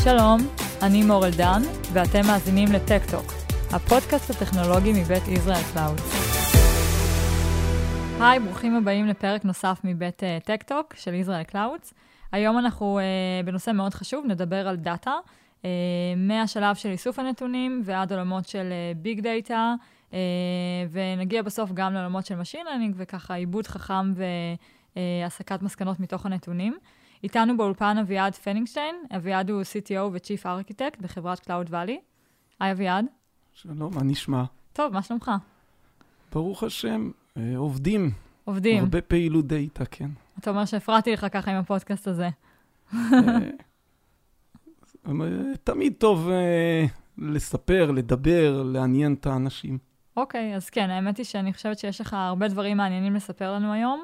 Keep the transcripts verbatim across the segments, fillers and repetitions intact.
שלום, אני מור אלדן, ואתם מאזינים לטק-טוק, הפודקאסט הטכנולוגי מבית ישראל קלאוד. היי, ברוכים הבאים לפרק נוסף מבית uh, טק-טוק של ישראל קלאוד. היום אנחנו uh, בנושא מאוד חשוב, נדבר על דאטה, uh, מהשלב של איסוף הנתונים ועד עולמות של ביג דאטה, uh, ונגיע בסוף גם לעולמות של משין לרנינג, וככה עיבוד חכם והסקת מסקנות מתוך הנתונים. איתנו באולפן אביעד פנינגשטיין, אביעד הוא סי טי או ו-Chief Architect בחברת Cloud Valley. היי אביעד. שלום, מה נשמע? טוב, מה שלומך? ברוך השם, עובדים. עובדים. הרבה פעילות דאטה, כן. אתה אומר שהפרעתי לך ככה עם הפודקאסט הזה. תמיד טוב לספר, לדבר, לעניין את האנשים. אוקיי, אז כן, האמת היא שאני חושבת שיש לך הרבה דברים מעניינים לספר לנו היום.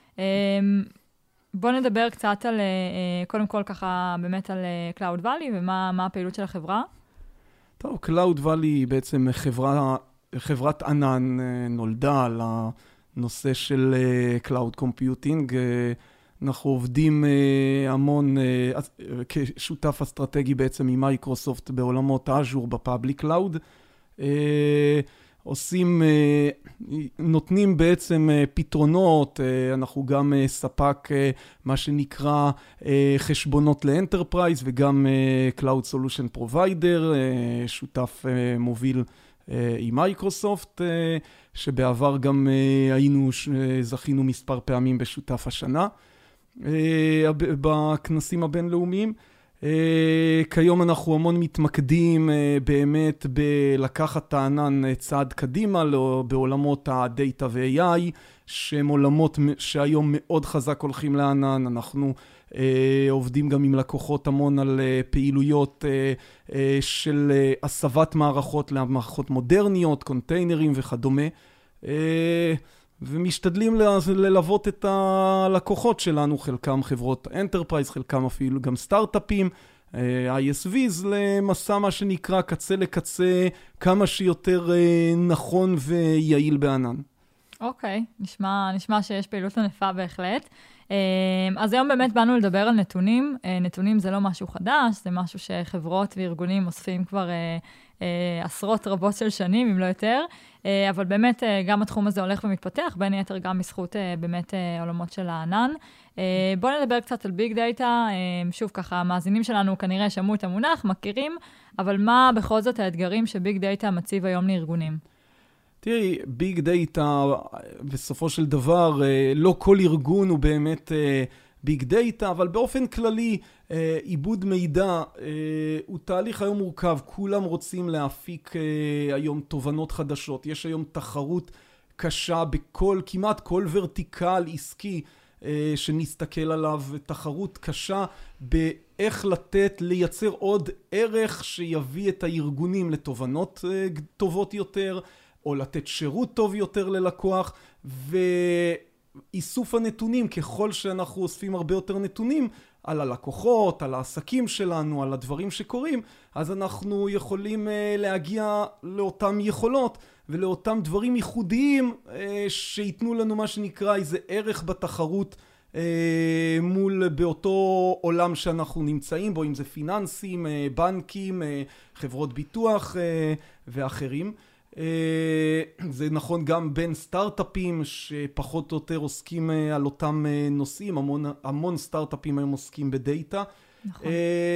בוא נדבר קצת על, קודם כל ככה, באמת על Cloud Valley ומה מה הפעילות של החברה. טוב, Cloud Valley היא בעצם חברה, חברת ענן נולדה על הנושא של Cloud Computing. אנחנו עובדים המון כשותף אסטרטגי בעצם עם מייקרוסופט בעולמות Azure בפאבליק קלאוד. עושים, נותנים בעצם פתרונות, אנחנו גם ספק מה שנקרא חשבונות לאנטרפרייז וגם Cloud Solution Provider, שותף מוביל עם מייקרוסופט, שבעבר גם היינו, זכינו מספר פעמים בשותף השנה בכנסים הבינלאומיים. Uh, כיום אנחנו המון מתמקדים uh, באמת בלקחת את הענן צעד קדימה לא, בעולמות הדאטה ו-איי איי, שהם עולמות שהיום מאוד חזק הולכים לענן. אנחנו uh, עובדים גם עם לקוחות המון על uh, פעילויות uh, uh, של uh, הסבת מערכות למערכות מודרניות, קונטיינרים וכדומה. Uh, ומשתדלים ללוות את הלקוחות שלנו, חלקם חברות אנטרפרייז, חלקם אפילו גם סטארט-אפים, איי אס וי'ז, למסע מה שנקרא קצה לקצה, כמה שיותר נכון ויעיל בענן. אוקיי, נשמע, נשמע שיש פעילות ענפה בהחלט. אז היום באמת באנו לדבר על נתונים. נתונים זה לא משהו חדש, זה משהו שחברות וארגונים אוספים כבר עשרות רבות של שנים, אם לא יותר. אבל באמת גם התחום הזה הולך ומתפתח, בין היתר גם בזכות באמת עולמות של הענן. בואו נדבר קצת על ביג דאטה. שוב ככה, המאזינים שלנו כנראה שמעו את המונח, מכירים, אבל מה בכל זאת האתגרים שביג דאטה מציב היום לארגונים? תראי, ביג דאטה, בסופו של דבר, לא כל ארגון הוא באמת ביג דאטה, אבל באופן כללי, עיבוד מידע הוא תהליך היום מורכב. כולם רוצים להפיק היום תובנות חדשות. יש היום תחרות קשה בכל, כמעט כל ורטיקל עסקי שנסתכל עליו, תחרות קשה באיך לתת, לייצר עוד ערך שיביא את הארגונים לתובנות טובות יותר, או לתת שירות טוב יותר ללקוח, ואיסוף הנתונים, ככל שאנחנו אוספים הרבה יותר נתונים על הלקוחות, על העסקים שלנו, על הדברים שקורים, אז אנחנו יכולים להגיע לאותם יכולות, ולאותם דברים ייחודיים שיתנו לנו מה שנקרא איזה ערך בתחרות מול באותו עולם שאנחנו נמצאים בו, אם זה פיננסים, בנקים, חברות ביטוח ואחרים. זה נכון גם בין סטארט-אפים שפחות או יותר עוסקים על אותם נושאים, המון, המון סטארט-אפים היום עוסקים בדאטה. נכון.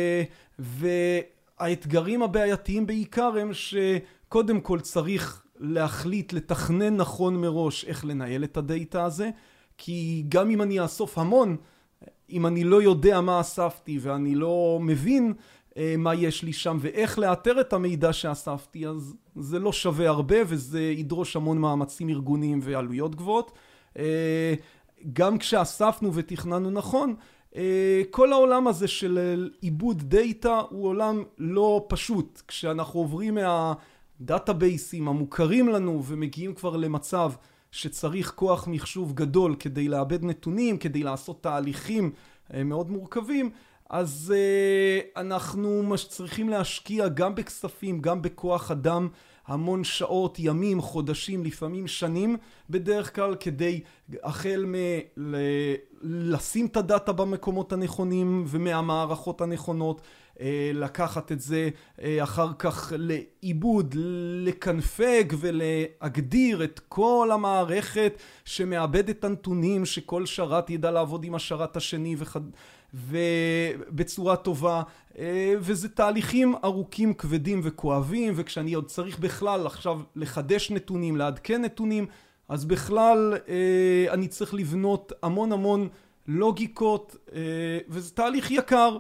והאתגרים הבעייתיים בעיקר הם שקודם כל צריך להחליט, לתכנן נכון מראש איך לנהל את הדאטה הזה, כי גם אם אני אאסוף המון, אם אני לא יודע מה אספתי ואני לא מבין מה יש לי שם ואיך לאתר את המידע שאספתי, אז זה לא שווה הרבה וזה ידרוש המון מאמצים ארגוניים ועלויות גבוהות. גם כשאספנו ותכננו נכון, כל העולם הזה של עיבוד דאטה הוא עולם לא פשוט. כשאנחנו עוברים מהדאטאבייסים המוכרים לנו ומגיעים כבר למצב שצריך כוח מחשוב גדול כדי לאבד נתונים, כדי לעשות תהליכים מאוד מורכבים, אז uh, אנחנו צריכים להשקיע גם בכספים, גם בכוח אדם, המון שעות, ימים, חודשים, לפעמים שנים, בדרך כלל כדי החל מ- לשים את הדאטה במקומות הנכונים ומהמערכות הנכונות, לקחת את זה אחר כך לעיבוד, לקנפג ולהגדיר את כל המערכת שמאבד את הנתונים, שכל שרת ידע לעבוד עם השרת השני וכד... ובצורה טובה, וזה תהליכים ארוכים, כבדים וכואבים, וכשאני עוד צריך בכלל עכשיו לחדש נתונים, לעדכן נתונים, אז בכלל אני צריך לבנות המון המון לוגיקות, וזה תהליך יקר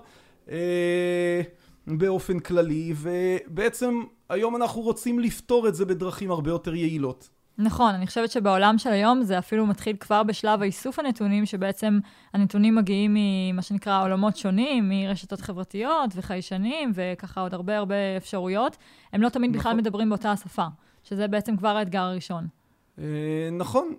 באופן כללי, ובעצם היום אנחנו רוצים לפתור את זה בדרכים הרבה יותר יעילות. נכון, אני חושבת שבעולם של היום זה אפילו מתחיל כבר בשלב האיסוף הנתונים, שבעצם הנתונים מגיעים ממה שנקרא עולמות שונים, מרשתות חברתיות וחיישנים, וככה עוד הרבה הרבה אפשרויות. הם לא תמיד בכלל מדברים באותה השפה, שזה בעצם כבר האתגר הראשון. נכון.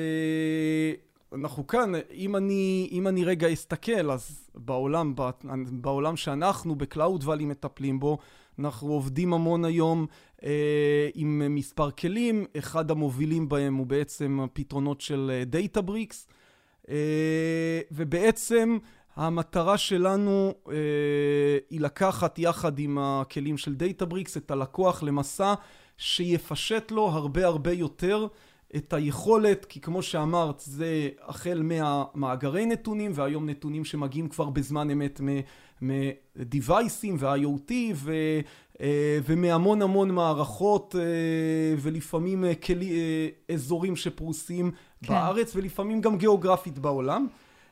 אנחנו כאן, אם אני, אם אני רגע אסתכל, אז בעולם, בעולם שאנחנו בקלאוד ואלי מטפלים בו, אנחנו עובדים המון היום אה, עם מספר כלים. אחד המובילים בהם הוא בעצם הפתרונות של דאטאבריקס, אה, ובעצם המטרה שלנו אה, היא לקחת יחד עם הכלים של דאטאבריקס את הלקוח למסע שיפשט לו הרבה הרבה יותר את היכולת, כי כמו שאמרת, זה החל מהמאגרי נתונים, והיום נתונים שמגיעים כבר בזמן אמת מדיווייסים ו-איי או טי ו, ומהמון המון מערכות, ולפעמים כלי, אזורים שפרוסים כן. בארץ, ולפעמים גם גיאוגרפית בעולם.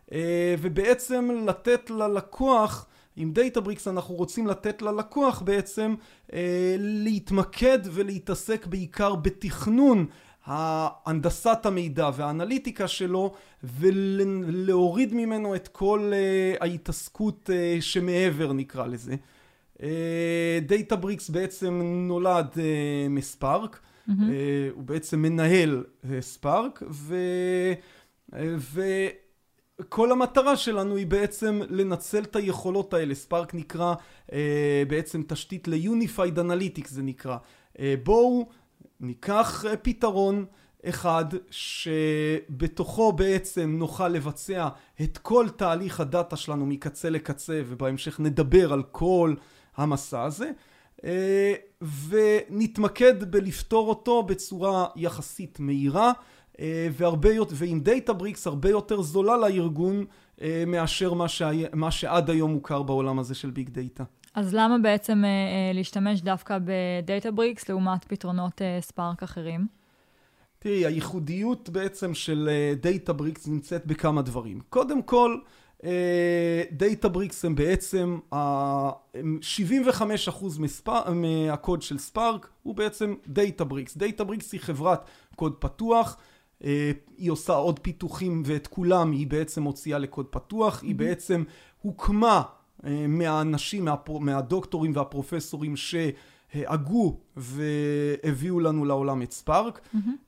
ובעצם לתת ללקוח, עם דאטאבריקס אנחנו רוצים לתת ללקוח בעצם להתמקד ולהתעסק בעיקר בתכנון ההנדסת המידע והאנליטיקה שלו, ולהוריד ממנו את כל uh, ההתעסקות uh, שמעבר נקרא לזה. דאטאבריקס uh, בעצם נולד uh, מספארק, mm-hmm. uh, הוא בעצם מנהל ספארק, ו... uh, וכל המטרה שלנו היא בעצם לנצל את היכולות האלה. ספארק נקרא uh, בעצם תשתית ל-Unified Analytics זה נקרא. Uh, בואו ניקח פתרון אחד שבתוכו בעצם נוכל לבצע את כל תהליך הדאטה שלנו מקצה לקצה, ובהמשך נדבר על כל המסע הזה, ונתמקד בלפתור אותו בצורה יחסית מהירה, והרבה יותר, ועם דאטאבריקס הרבה יותר זולה לארגון מאשר מה, שה, מה שעד היום מוכר בעולם הזה של ביג דאטה. אז למה בעצם אה, להשתמש דווקא בדאטאבריקס לעומת פתרונות אה, ספארק אחרים? תראי, הייחודיות בעצם של דאטאבריקס נמצאת בכמה דברים. קודם כל, דאטאבריקס הם בעצם שבעים וחמישה אחוז מספר, מהקוד של ספארק הוא בעצם דאטאבריקס. דאטאבריקס היא חברת קוד פתוח, היא עושה עוד פיתוחים ואת כולם היא בעצם הוציאה לקוד פתוח, היא בעצם הוקמה מהאנשים, מהדוקטורים והפרופסורים שהגו והביאו לנו לעולם את ספארק.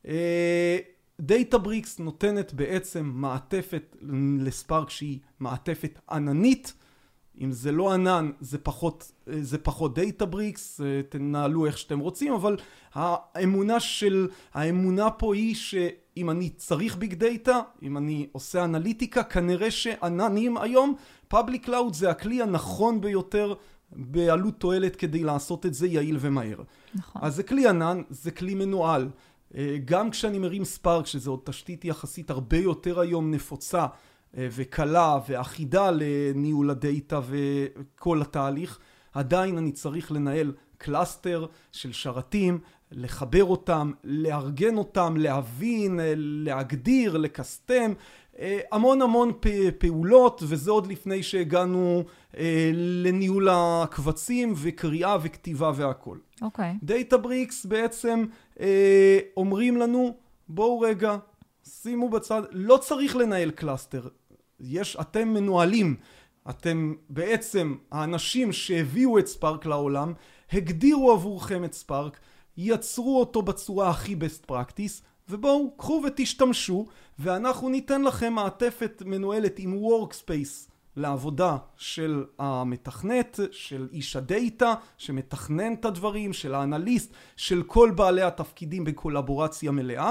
דאטאבריקס נותנת בעצם מעטפת לספארק שהיא מעטפת עננית. אם זה לא ענן, זה פחות, זה פחות דאטאבריקס, תנהלו איך שאתם רוצים, אבל האמונה של, האמונה פה היא שאם אני צריך ביג דאטה, אם אני עושה אנליטיקה, כנראה שעננים היום, פאבליק קלאוד זה הכלי הנכון ביותר בעלות תועלת כדי לעשות את זה יעיל ומהר. נכון. אז זה כלי ענן, זה כלי מנוהל. גם כשאני מרים ספארק, שזה עוד תשתית יחסית הרבה יותר היום נפוצה, וקלה ואחידה לניהול הדאטה וכל התהליך, עדיין אני צריך לנהל קלאסטר של שרתים, לחבר אותם, לארגן אותם, להבין, להגדיר, לקסטם, המון המון פעולות, וזה עוד לפני שהגענו לניהול הקבצים וקריאה וכתיבה והכל. אוקיי. דאטאבריקס בעצם אומרים לנו, בואו רגע, שימו בצד, לא צריך לנהל קלאסטר. יש, אתם מנוהלים, אתם בעצם האנשים שהביאו את ספארק לעולם, הגדירו עבורכם את ספארק, יצרו אותו בצורה הכי best practice, ובואו, קחו ותשתמשו, ואנחנו ניתן לכם מעטפת מנוהלת עם workspace לעבודה של המתכנת, של איש הדאטה, שמתכנן את הדברים, של האנליסט, של כל בעלי התפקידים בקולבורציה מלאה,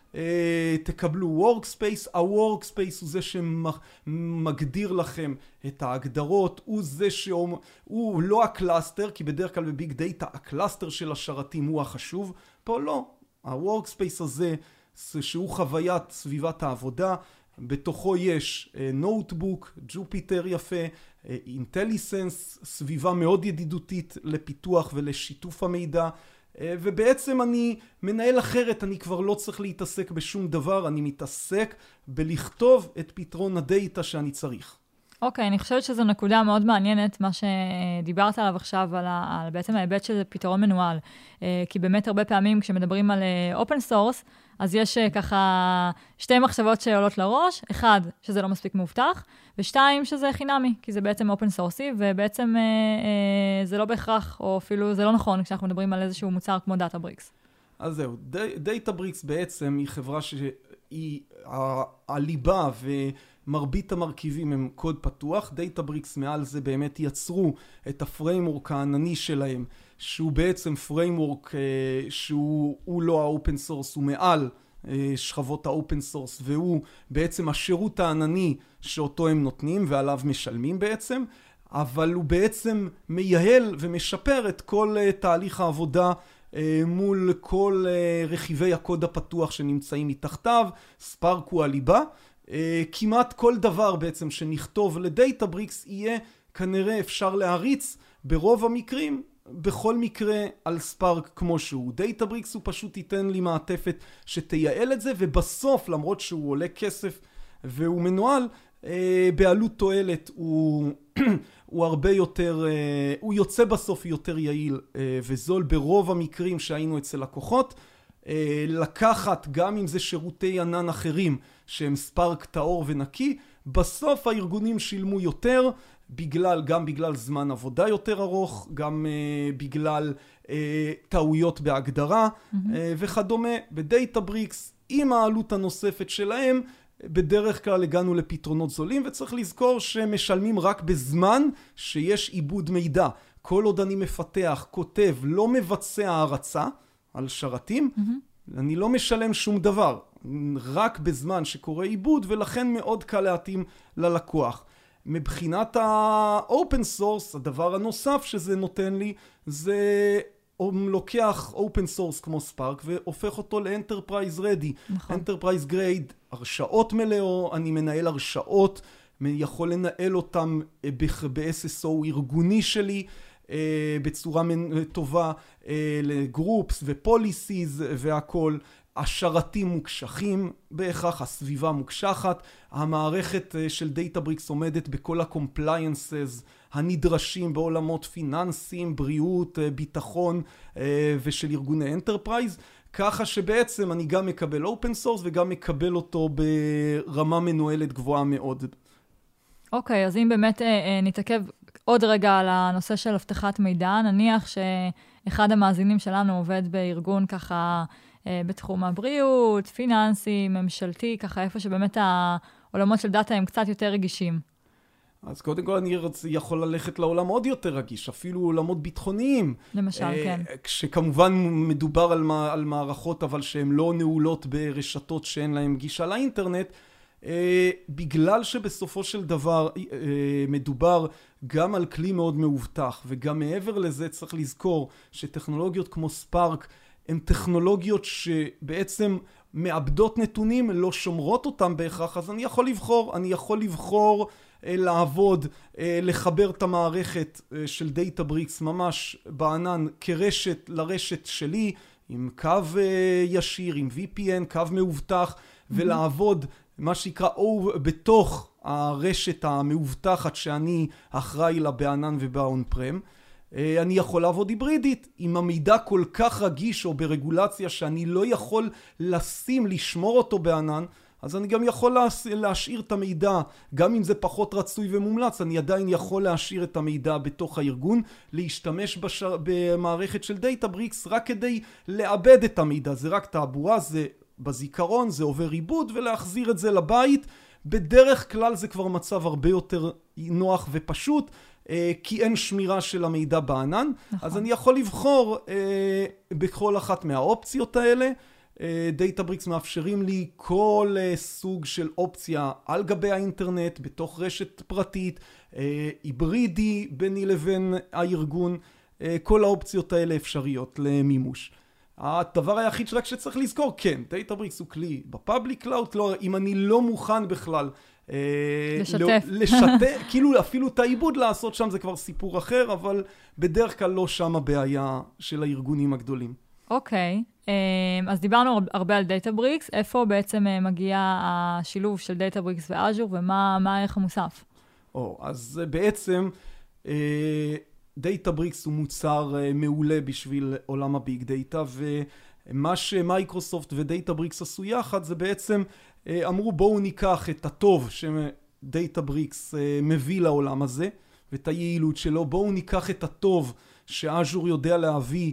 תקבלו workspace, ה-workspace הוא זה שמגדיר לכם את ההגדרות, הוא זה שהוא לא הקלאסטר, כי בדרך כלל בביג דאטה הקלאסטר של השרתים הוא החשוב, פה לא, ה-workspace הזה שהוא חוויית סביבת העבודה, בתוכו יש נוטבוק, ג'ופיטר יפה, אינטליסנס, סביבה מאוד ידידותית לפיתוח ולשיתוף המידע, ובעצם אני מנהל אחרת, אני כבר לא צריך להתעסק בשום דבר, אני מתעסק בלכתוב את פתרון הדאטה שאני צריך. אוקיי, okay, אני חושבת שזו נקודה מאוד מעניינת, מה שדיברת עליו עכשיו, על, ה, על בעצם ההיבט של פתרון מנוהל. כי באמת הרבה פעמים כשמדברים על אופן סורס, אז יש ככה שתי מחשבות שעולות לראש, אחד, שזה לא מספיק מאובטח, ושתיים, שזה חינמי, כי זה בעצם אופן סורסי, ובעצם אה, אה, זה לא בהכרח, או אפילו זה לא נכון, כשאנחנו מדברים על איזשהו מוצר כמו דאטאבריקס. אז זהו, דאטאבריקס בעצם היא חברה שהיא ה- הליבה ומרבית המרכיבים הם קוד פתוח, דאטאבריקס מעל זה באמת יצרו את הפריימורק הענני שלהם, שהוא בעצם פריימורק שהוא לא האופן סורס, הוא מעל שכבות האופן סורס, והוא בעצם השירות הענני שאותו הם נותנים ועליו משלמים בעצם, אבל הוא בעצם מייעל ומשפר את כל תהליך העבודה מול כל רכיבי הקוד הפתוח שנמצאים מתחתיו. ספארק הוא הליבה, כמעט כל דבר בעצם שנכתוב לדאטאבריקס יהיה כנראה אפשר להריץ ברוב המקרים בכל מקרה על ספארק כמו שהוא. דאטאבריקס הוא פשוט ייתן לי מעטפת שתייעל את זה, ובסוף למרות שהוא עולה כסף והוא מנוהל, בעלות תועלת הוא הוא הרבה יותר, הוא יוצא בסוף יותר יעיל וזול ברוב המקרים שהיינו אצל לקוחות. לקחת גם אם זה שירותי ענן אחרים שהם ספארק טהור ונקי, בסוף הארגונים שילמו יותר, בגלל, גם בגלל זמן עבודה יותר ארוך, גם uh, בגלל uh, טעויות בהגדרה mm-hmm. uh, וכדומה. בדאטאבריקס עם העלות הנוספת שלהם בדרך כלל הגענו לפתרונות זולים, וצריך לזכור שמשלמים רק בזמן שיש עיבוד מידע. כל עוד אני מפתח, כותב, לא מבצע הרצה על שרתים, mm-hmm. אני לא משלם שום דבר, רק בזמן שקורה עיבוד, ולכן מאוד קל להתאים ללקוח. מבחינת ה-open source, הדבר הנוסף שזה נותן לי, זה לוקח open source כמו ספארק והופך אותו ל-enterprise ready. נכון. enterprise grade, הרשאות מלאו, אני מנהל הרשאות, יכול לנהל אותם ב-אס אס או ארגוני שלי, בצורה טובה, לגרופס ופוליסיז והכל. השרתים מוקשחים, בהכרח הסביבה מוקשחת, המערכת של דאטאבריקס עומדת בכל הקומפליינסס הנדרשים בעולמות פיננסיים, בריאות, ביטחון ושל ארגוני אנטרפרייז, ככה שבעצם אני גם מקבל אופן סורס וגם מקבל אותו ברמה מנוהלת גבוהה מאוד. אוקיי, אז אם באמת נתעכב עוד רגע על הנושא של הבטחת מידע, נניח שאחד המאזינים שלנו עובד בארגון ככה בתחום הבריאות, פיננסי, ממשלתי, ככה איפה שבאמת העולמות של דאטה הם קצת יותר רגישים. אז קודם כל אני יכול ללכת לעולם עוד יותר רגיש, אפילו עולמות ביטחוניים. למשל, כן. כשכמובן מדובר על, על מערכות, אבל שהן לא נעולות ברשתות שאין להן גישה לאינטרנט, בגלל שבסופו של דבר מדובר גם על כלי מאוד מאובטח, וגם מעבר לזה צריך לזכור שטכנולוגיות כמו ספארק, הן טכנולוגיות שבעצם מאבדות נתונים, לא שומרות אותם בהכרח, אז אני יכול לבחור, אני יכול לבחור לעבוד, לחבר את המערכת של דאטאבריקס ממש בענן כרשת לרשת שלי, עם קו ישיר, עם וי פי אן, קו מאובטח, ולעבוד מה שנקרא בתוך הרשת המאובטחת שאני אחראי לה בענן ובאון פרם. אני יכול לעבוד היברידית, עם המידע כל כך רגיש או ברגולציה שאני לא יכול לשים, לשמור אותו בענן, אז אני גם יכול להשאיר את המידע, גם אם זה פחות רצוי ומומלץ, אני עדיין יכול להשאיר את המידע בתוך הארגון, להשתמש בשר... במערכת של דאטאבריקס רק כדי לאבד את המידע, זה רק תעבורה, זה בזיכרון, זה עובר עיבוד, ולהחזיר את זה לבית. בדרך כלל זה כבר מצב הרבה יותר נוח ופשוט, כי אין שמירה של המידע בענן, נכון. אז אני יכול לבחור בכל אחת מהאופציות האלה, דייטאבריקס מאפשרים לי כל סוג של אופציה על גבי האינטרנט, בתוך רשת פרטית, היברידי ביני לבין הארגון, כל האופציות האלה אפשריות למימוש. הדבר היחיד שרק שצריך לזכור, כן, דייטאבריקס הוא כלי בפאבליק קלאוד, לא, אם אני לא מוכן בכלל לשתף. לשתף, כאילו אפילו את העיבוד לעשות שם זה כבר סיפור אחר, אבל בדרך כלל לא שם הבעיה של הארגונים הגדולים. אוקיי, אז דיברנו הרבה על דייטאבריקס, איפה בעצם מגיע השילוב של דייטאבריקס ואז'ור, ומה הערך המוסף? או, אז בעצם דייטאבריקס הוא מוצר מעולה בשביל עולם הביג דאטה, ומה שמייקרוסופט ודייטאבריקס עשו יחד זה בעצם אמרו בואו ניקח את הטוב שדייטאבריקס מביא לעולם הזה ואת היעילות שלו, בואו ניקח את הטוב שאז'ור יודע להביא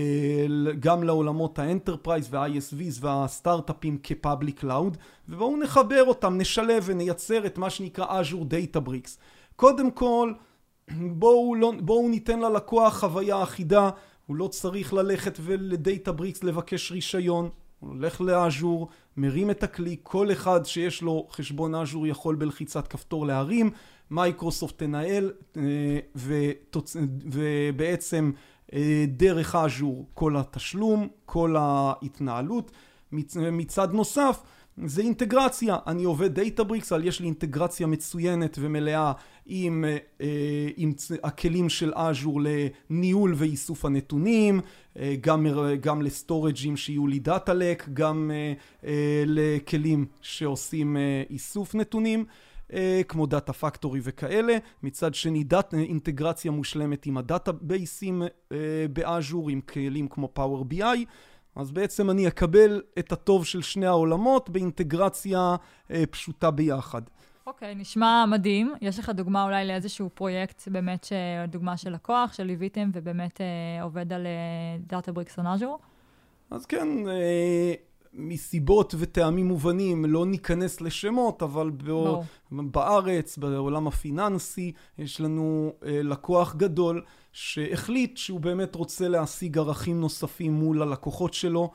גם לעולמות האנטרפרייז וה-איי אס וי'ס והסטארט-אפים כפאבליק קלאוד, ובואו נחבר אותם, נשלב ונייצר את מה שנקרא אז'ור דייטאבריקס. קודם כל בואו, לא, בואו ניתן ללקוח חוויה אחידה, הוא לא צריך ללכת ולדייטאבריקס לבקש רישיון, הוא הולך לאז'ור, מרים את הכלי, כל אחד שיש לו חשבון אז'ור יכול בלחיצת כפתור להרים, מייקרוסופט תנהל ותוצ... ובעצם דרך אז'ור כל התשלום, כל ההתנהלות. מצד נוסף זה אינטגרציה, אני עובד דייטאבריקס, אבל יש לי אינטגרציה מצוינת ומלאה עם, עם הכלים של אז'ור לניהול ואיסוף הנתונים, גם, גם לסטורג'ים שיהיו לי דאטה לק, גם לכלים שעושים איסוף נתונים, כמו דאטה פקטורי וכאלה. מצד שני דאט, אינטגרציה מושלמת עם הדאטה בייסים באז'ור, עם כלים כמו פאוור בי איי, אז בעצם אני אקבל את הטוב של שני העולמות באינטגרציה אה, פשוטה ביחד. אוקיי, נשמע מדהים. יש לך דוגמה אולי לאיזשהו פרויקט, באמת דוגמה של לקוח, שליוויתם ובאמת אה, עובד על דאטאבריקס on Azure? אז כן, אה, מסיבות וטעמים מובנים, לא ניכנס לשמות, אבל בו, בארץ, בעולם הפיננסי, יש לנו אה, לקוח גדול, שהחליט שהוא באמת רוצה להשיג ערכים נוספים מול הלקוחות שלו,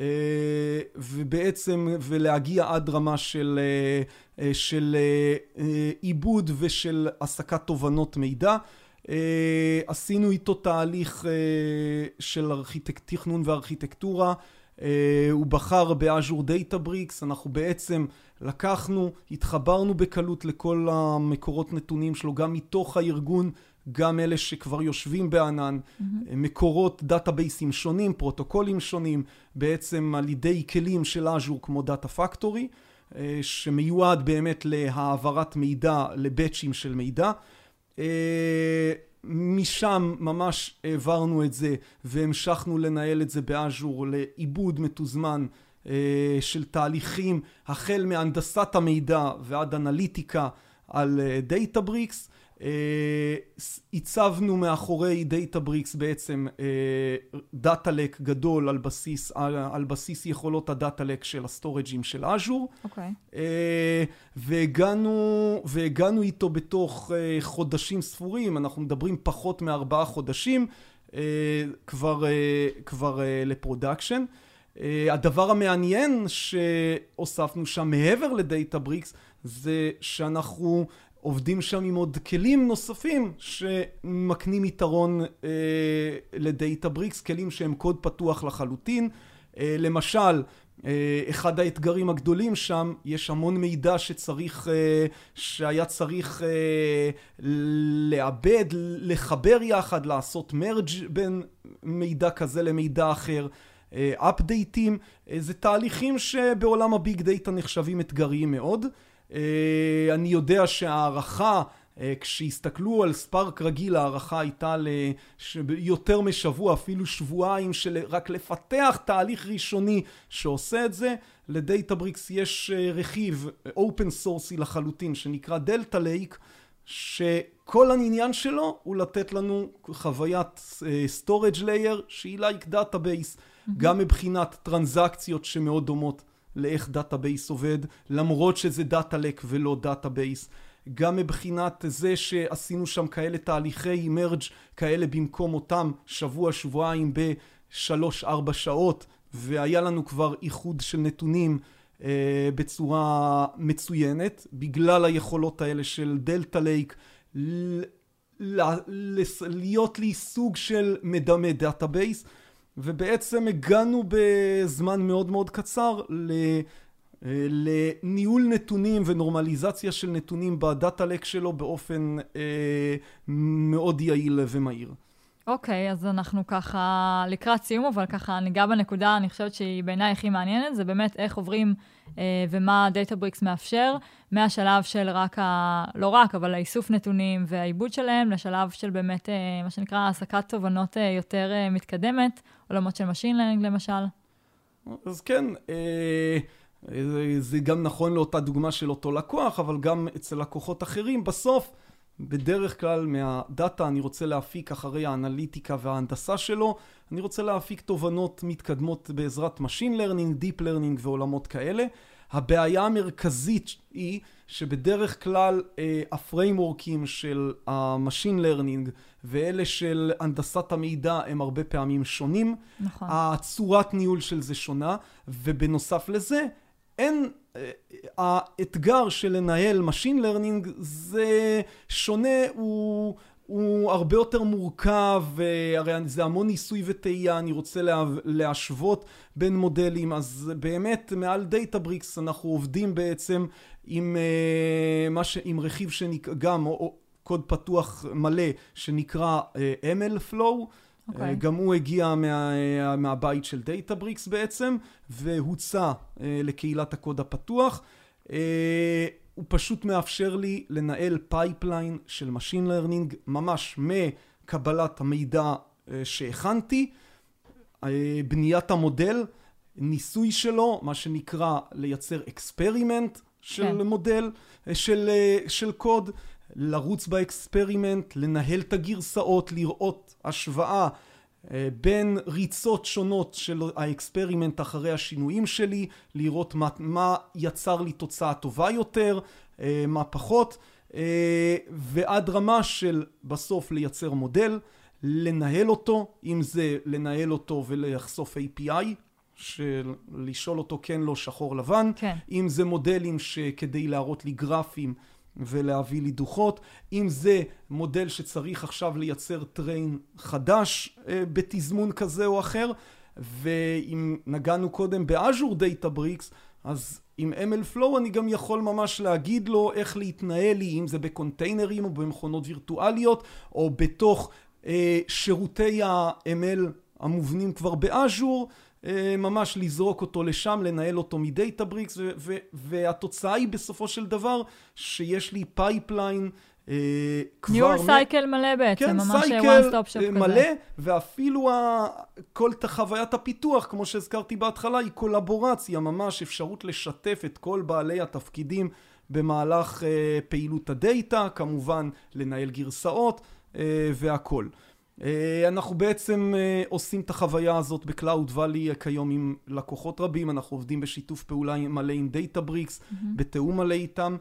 ובעצם ולהגיע עד רמה של, של עיבוד ושל הסקת תובנות מידע. עשינו איתו תהליך של ארכיטקט, תכנון וארכיטקטורה, הוא בחר באז'ור דייטאבריקס, אנחנו בעצם לקחנו, התחברנו בקלות לכל המקורות נתונים שלו, גם מתוך הארגון, גם אלה שכבר יושבים בענן, mm-hmm. מקורות דאטאבייסים שונים, פרוטוקולים שונים, בעצם על ידי כלים של אז'ור כמו דאטה פקטורי, שמיועד באמת להעברת מידע לבאצ'ים של מידע. משם ממש העברנו את זה והמשכנו לנהל את זה באז'ור לעיבוד מתוזמן של תהליכים החל מהנדסת המידע ועד אנליטיקה על דייטאבריקס. הצבנו מאחורי דייטאבריקס בעצם דאטה לק גדול על בסיס, על, על בסיס יכולות הדאטה לק של הסטורג'ים של אז'ור. אוקיי. והגענו, והגענו איתו בתוך חודשים ספורים, אנחנו מדברים פחות מארבעה חודשים, כבר, כבר לפרודקשן. הדבר המעניין שהוספנו שם מעבר לדייטאבריקס, זה שאנחנו עובדים שם עם עוד כלים נוספים שמקנים יתרון אה, לדייטאבריקס, כלים שהם קוד פתוח לחלוטין. אה, למשל, אה, אחד האתגרים הגדולים שם, יש המון מידע שצריך, אה, שהיה צריך אה, לעבד, לחבר יחד, לעשות מרג' בין מידע כזה למידע אחר. אפדייטים, אה, זה תהליכים שבעולם הביג דאטה נחשבים אתגריים מאוד. אני יודע שהערכה, כשהסתכלו על ספארק רגיל, הערכה הייתה ליותר משבוע, אפילו שבועיים, של רק לפתח תהליך ראשוני שעושה את זה. לדייטאבריקס יש רכיב אופן סורסי לחלוטין שנקרא דלטה לייק, שכל העניין שלו הוא לתת לנו חוויית storage layer שהיא לייק דאטאבייס, mm-hmm. גם מבחינת טרנזקציות שמאוד דומות לאיך דאטאבייס עובד, למרות שזה דאטה לק ולא דאטאבייס. גם מבחינת זה שעשינו שם כאלה תהליכי מרג' כאלה במקום אותם שבוע, שבועיים בשלוש, ארבע שעות, והיה לנו כבר איחוד של נתונים אה, בצורה מצוינת, בגלל היכולות האלה של דלטה לייק, ל- ל- ל- להיות לי סוג של מדמה דאטאבייס, ובעצם הגענו בזמן מאוד מאוד קצר ל... לניהול נתונים ונורמליזציה של נתונים בדאטה לק שלו באופן אה, מאוד יעיל ומהיר. אוקיי, אז אנחנו ככה לקראת סיום, אבל ככה ניגע בנקודה, אני חושבת שהיא בעיניי הכי מעניינת, זה באמת איך עוברים אה, ומה דאטאבריקס מאפשר, מהשלב של רק, ה... לא רק, אבל האיסוף נתונים והעיבוד שלהם, לשלב של באמת, אה, מה שנקרא, העסקת תובנות אה, יותר אה, מתקדמת, עולמות של Machine Learning למשל. אז כן, אה... זה גם נכון לאותה דוגמה של אותו לקוח, אבל גם אצל לקוחות אחרים. בסוף, בדרך כלל מהדאטה אני רוצה להפיק אחרי האנליטיקה וההנדסה שלו, אני רוצה להפיק תובנות מתקדמות בעזרת Machine Learning, Deep Learning ועולמות כאלה. הבעיה המרכזית היא שבדרך כלל הפריימורקים של ה-Machine Learning ואלה של הנדסת המידע הם הרבה פעמים שונים. נכון. הצורת ניהול של זה שונה, ובנוסף לזה, אין, האתגר של לנהל Machine Learning זה שונה, הוא, הוא הרבה יותר מורכב, הרי זה המון ניסוי וטעייה, אני רוצה לה, להשוות בין מודלים, אז באמת מעל דאטאבריקס אנחנו עובדים בעצם עם, מה ש, עם רכיב שנקרא, גם או, או, קוד פתוח מלא שנקרא אם אל Flow, Okay. גם הוא הגיע מה, מהבית של דאטאבריקס בעצם, והוצא לקהילת הקוד הפתוח. הוא פשוט מאפשר לי לנהל פייפליין של Machine Learning, ממש מקבלת המידע שהכנתי, בניית המודל, ניסוי שלו, מה שנקרא לייצר אקספרימנט של okay. מודל, של, של קוד, לרוץ באקספרימנט, לנהל את הגרסאות, לראות השוואה בין ריצות שונות של האקספרימנט אחרי השינויים שלי, לראות מה, מה יצר לי תוצאה טובה יותר, מה פחות, ועד רמה של בסוף לייצר מודל, לנהל אותו, אם זה לנהל אותו ולחשוף איי פי איי, של לשאול אותו כן לא שחור לבן, כן. אם זה מודלים שכדי להראות לי גרפים ולהביא לי דוחות, אם זה מודל שצריך עכשיו לייצר טריין חדש אה, בתזמון כזה או אחר, ואם נגענו קודם באז'ור דאטאבריקס, אז עם אם אל Flow אני גם יכול ממש להגיד לו איך להתנהל לי, אם זה בקונטיינרים או במכונות וירטואליות, או בתוך אה, שירותי ה-אם אל המובנים כבר באז'ור, ממש לזרוק אותו לשם, לנהל אותו מדאטאבריקס, ו- ו- והתוצאה היא בסופו של דבר שיש לי פייפליין אה, כבר... ניהול סייקל מלא בעצם, כן, ממש סייקל one stop shop מלא, כזה. ואפילו ה- כל חוויית הפיתוח, כמו שהזכרתי בהתחלה, היא קולבורציה, ממש אפשרות לשתף את כל בעלי התפקידים במהלך אה, פעילות הדאטה, כמובן לנהל גרסאות אה, והכל. אנחנו בעצם עושים את החוויה הזאת בקלאוד ואלי כיום עם לקוחות רבים, אנחנו עובדים בשיתוף פעולה מלא עם דאטאבריקס, mm-hmm. בתאום מלא איתם,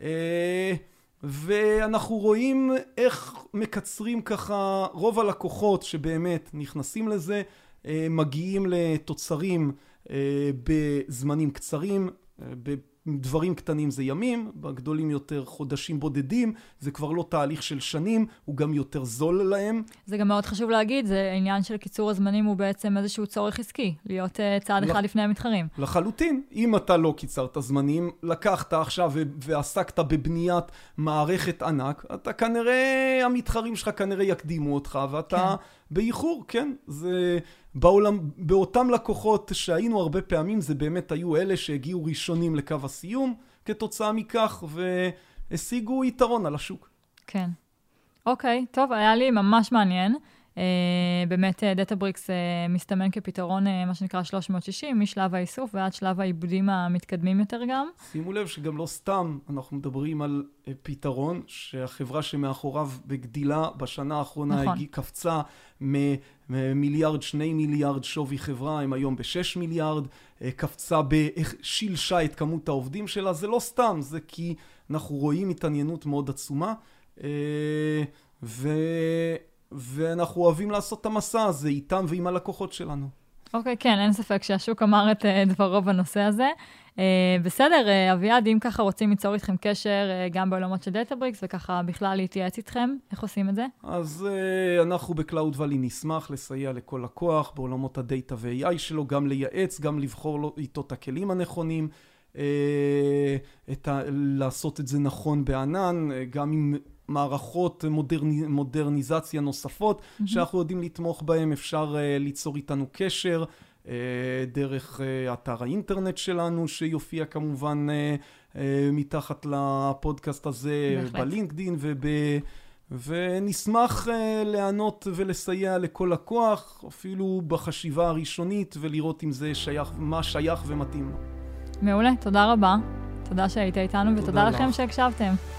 ואנחנו רואים איך מקצרים ככה, רוב הלקוחות שבאמת נכנסים לזה, מגיעים לתוצרים בזמנים קצרים, דברים קטנים זה ימים, בגדולים יותר חודשים בודדים, זה כבר לא תהליך של שנים, הוא גם יותר זול להם. זה גם מאוד חשוב להגיד, זה עניין של קיצור הזמנים הוא בעצם איזשהו צורך עסקי, להיות uh, צעד אחד לפני המתחרים. לחלוטין, אם אתה לא קיצרת זמנים, לקחת עכשיו ועסקת בבניית מערכת ענק, אתה כנראה, המתחרים שלך כנראה יקדימו אותך, ואתה כן. באיחור, כן, זה... בעולם, באותם לקוחות שהיינו הרבה פעמים, זה באמת היו אלה שהגיעו ראשונים לקו הסיום, כתוצאה מכך, והשיגו יתרון על השוק. כן. אוקיי, טוב, היה לי ממש מעניין. Uh, באמת, דאטאבריקס uh, מסתמן כפתרון, uh, מה שנקרא שלוש מאות שישים, משלב האיסוף ועד שלב העיבודים המתקדמים יותר גם. שימו לב שגם לא סתם אנחנו מדברים על uh, פתרון, שהחברה שמאחוריו בגדילה בשנה האחרונה נכון. הגיע, קפצה ממיליארד, שני מיליארד שווי חברה, הם היום בשש מיליארד, uh, קפצה בשילשה את כמות העובדים שלה, זה לא סתם, זה כי אנחנו רואים התעניינות מאוד עצומה, uh, ו... ואנחנו אוהבים לעשות את המסע הזה איתם ועם הלקוחות שלנו. אוקיי, כן, אין ספק שהשוק אמר את דברו בנושא הזה. בסדר, אביעד, אם ככה רוצים ליצור איתכם קשר, גם בעולמות של דאטאבריקס, וככה בכלל להתייעץ איתכם, איך עושים את זה? אז אנחנו בקלאוד ואלי נשמח לסייע לכל לקוח בעולמות הדאטה ו-איי איי שלו, גם לייעץ, גם לבחור איתו את הכלים הנכונים, את ה- לעשות את זה נכון בענן, גם עם מערכות מודרני, מודרניזציה נוספות, mm-hmm. שאנחנו יודעים לתמוך בהם, אפשר uh, ליצור איתנו קשר, uh, דרך uh, אתר האינטרנט שלנו, שיופיע כמובן uh, uh, מתחת לפודקאסט הזה, בהחלט. בלינקדין, וב... ונשמח uh, לענות ולסייע לכל לקוח, אפילו בחשיבה הראשונית, ולראות אם זה שייך, מה שייך ומתאים לו. מעולה, תודה רבה. תודה שהיית איתנו, ותודה לכם שהקשבתם.